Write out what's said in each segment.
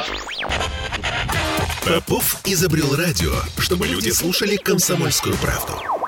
Попов изобрел радио, чтобы люди слушали «Комсомольскую правду».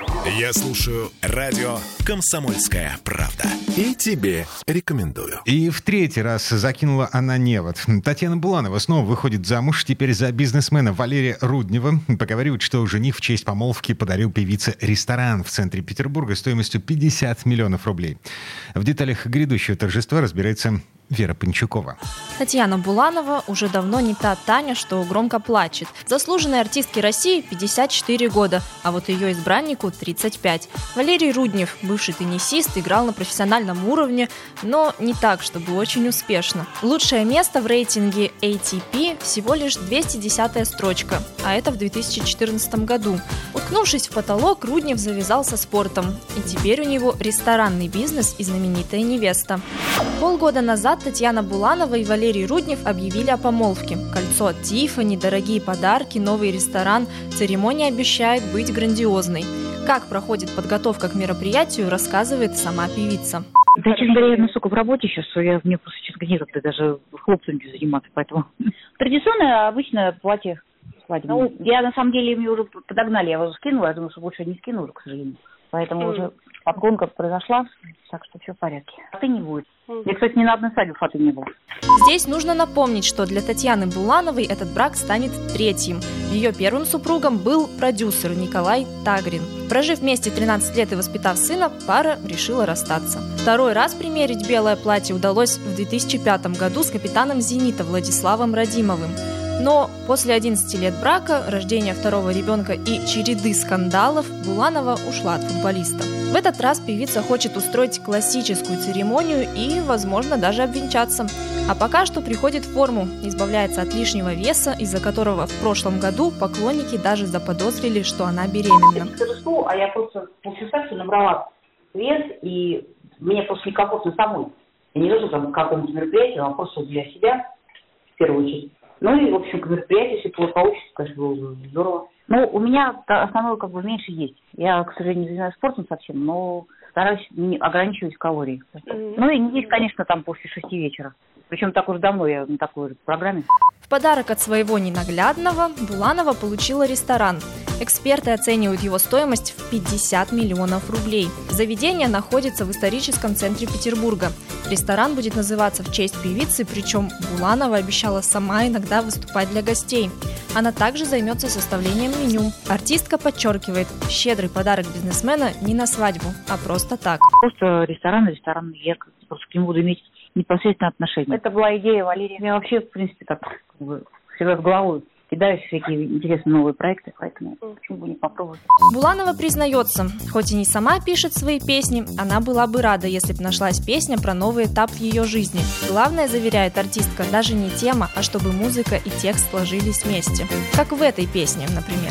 Я слушаю радио «Комсомольская правда». И тебе рекомендую. И в третий раз закинула она невод. Татьяна Буланова снова выходит замуж, теперь за бизнесмена Валерия Руднева. Поговаривают, что жених в честь помолвки подарил певице ресторан в центре Петербурга стоимостью 50 миллионов рублей. В деталях грядущего торжества разбирается Вера Панчукова. Татьяна Буланова уже давно не та Таня, что громко плачет. Заслуженной артистке России 54 года, а вот ее избраннику 35. Валерий Руднев, бывший теннисист, играл на профессиональном уровне, но не так, чтобы очень успешно. Лучшее место в рейтинге ATP всего лишь 210-я строчка, а это в 2014 году. Уткнувшись в потолок, Руднев завязался спортом, и теперь у него ресторанный бизнес и знаменитая невеста. Полгода назад Татьяна Буланова и Валерий Руднев объявили о помолвке. Кольцо от Тиффани, дорогие подарки, новый ресторан. Церемония обещает быть грандиозной. Как проходит подготовка к мероприятию, рассказывает сама певица. Да, честно говоря, я настолько в работе сейчас, что мне просто, честно говоря, некогда даже хлопцами заниматься, поэтому... Традиционное обычное платье свадебное. Ну, я на самом деле, мне уже подогнали, я его скинула, я думаю, что больше не скину уже, к сожалению. Поэтому уже подгонка произошла, так что все в порядке. Фаты не будет. Я, кстати, ни на одной свадьбе фаты не было. Здесь нужно напомнить, что для Татьяны Булановой этот брак станет третьим. Ее первым супругом был продюсер Николай Тагрин. Прожив вместе 13 лет и воспитав сына, пара решила расстаться. Второй раз примерить белое платье удалось в 2005 году с капитаном «Зенита» Владиславом Радимовым. Но после 11 лет брака, рождения второго ребенка и череды скандалов Буланова ушла от футболиста. В этот раз певица хочет устроить классическую церемонию и, возможно, даже обвенчаться. А пока что приходит в форму, избавляется от лишнего веса, из-за которого в прошлом году поклонники даже заподозрили, что она беременна. А я просто полчаса набрала вес, и мне просто некомфортно самой. Я не должна там к какому-то мероприятию, а просто для себя, в первую очередь. Ну и, в общем, к мероприятию, если получится, конечно, было бы здорово. Ну, у меня основное меньше есть. Я, к сожалению, не занимаюсь спортом совсем, но стараюсь не ограничивать калории. Ну и не есть, конечно, там после 6 вечера. Причем так уж давно я на такой же программе. В подарок от своего ненаглядного Буланова получила ресторан. Эксперты оценивают его стоимость в 50 миллионов рублей. Заведение находится в историческом центре Петербурга. Ресторан будет называться в честь певицы, причем Буланова обещала сама иногда выступать для гостей. Она также займется составлением меню. Артистка подчеркивает, щедрый подарок бизнесмена не на свадьбу, а просто так. Просто ресторан, я просто к нему буду иметь непосредственное отношение. Это была идея Валерия. Я вообще, в принципе, так всегда в голову кидаю всякие интересные новые проекты, поэтому почему бы не попробовать. Буланова признается, хоть и не сама пишет свои песни, она была бы рада, если бы нашлась песня про новый этап в ее жизни. Главное, заверяет артистка, даже не тема, а чтобы музыка и текст сложились вместе. Как в этой песне, например.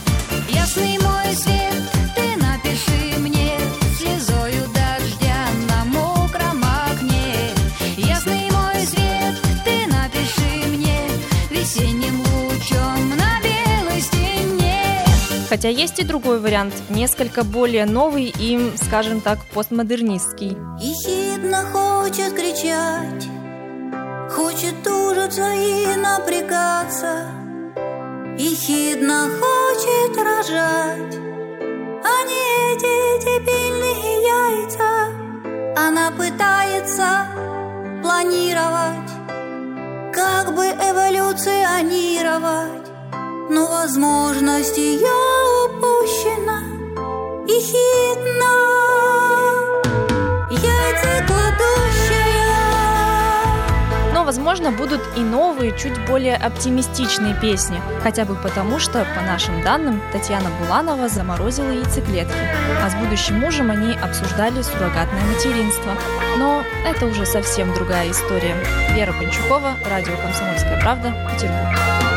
Ясный мой свет, ты напиши мне слезою дождя на мокром окне. Ясный мой свет, ты напиши мне весенним лучом на белой стене. Хотя есть и другой вариант, несколько более новый и, скажем так, постмодернистский. Ехидно хочет кричать, хочет ужиться и напрягаться, ехидно хочет рожать, а не эти дебильные яйца. Она пытается планировать, как бы эволюционировать, но возможность ее упущена. Ехидна, яйца кладущая. Но, возможно, будут и новые, чуть более оптимистичные песни. Хотя бы потому, что, по нашим данным, Татьяна Буланова заморозила яйцеклетки. А с будущим мужем они обсуждали суррогатное материнство. Но это уже совсем другая история. Вера Панчукова, радио «Комсомольская правда», Петербург.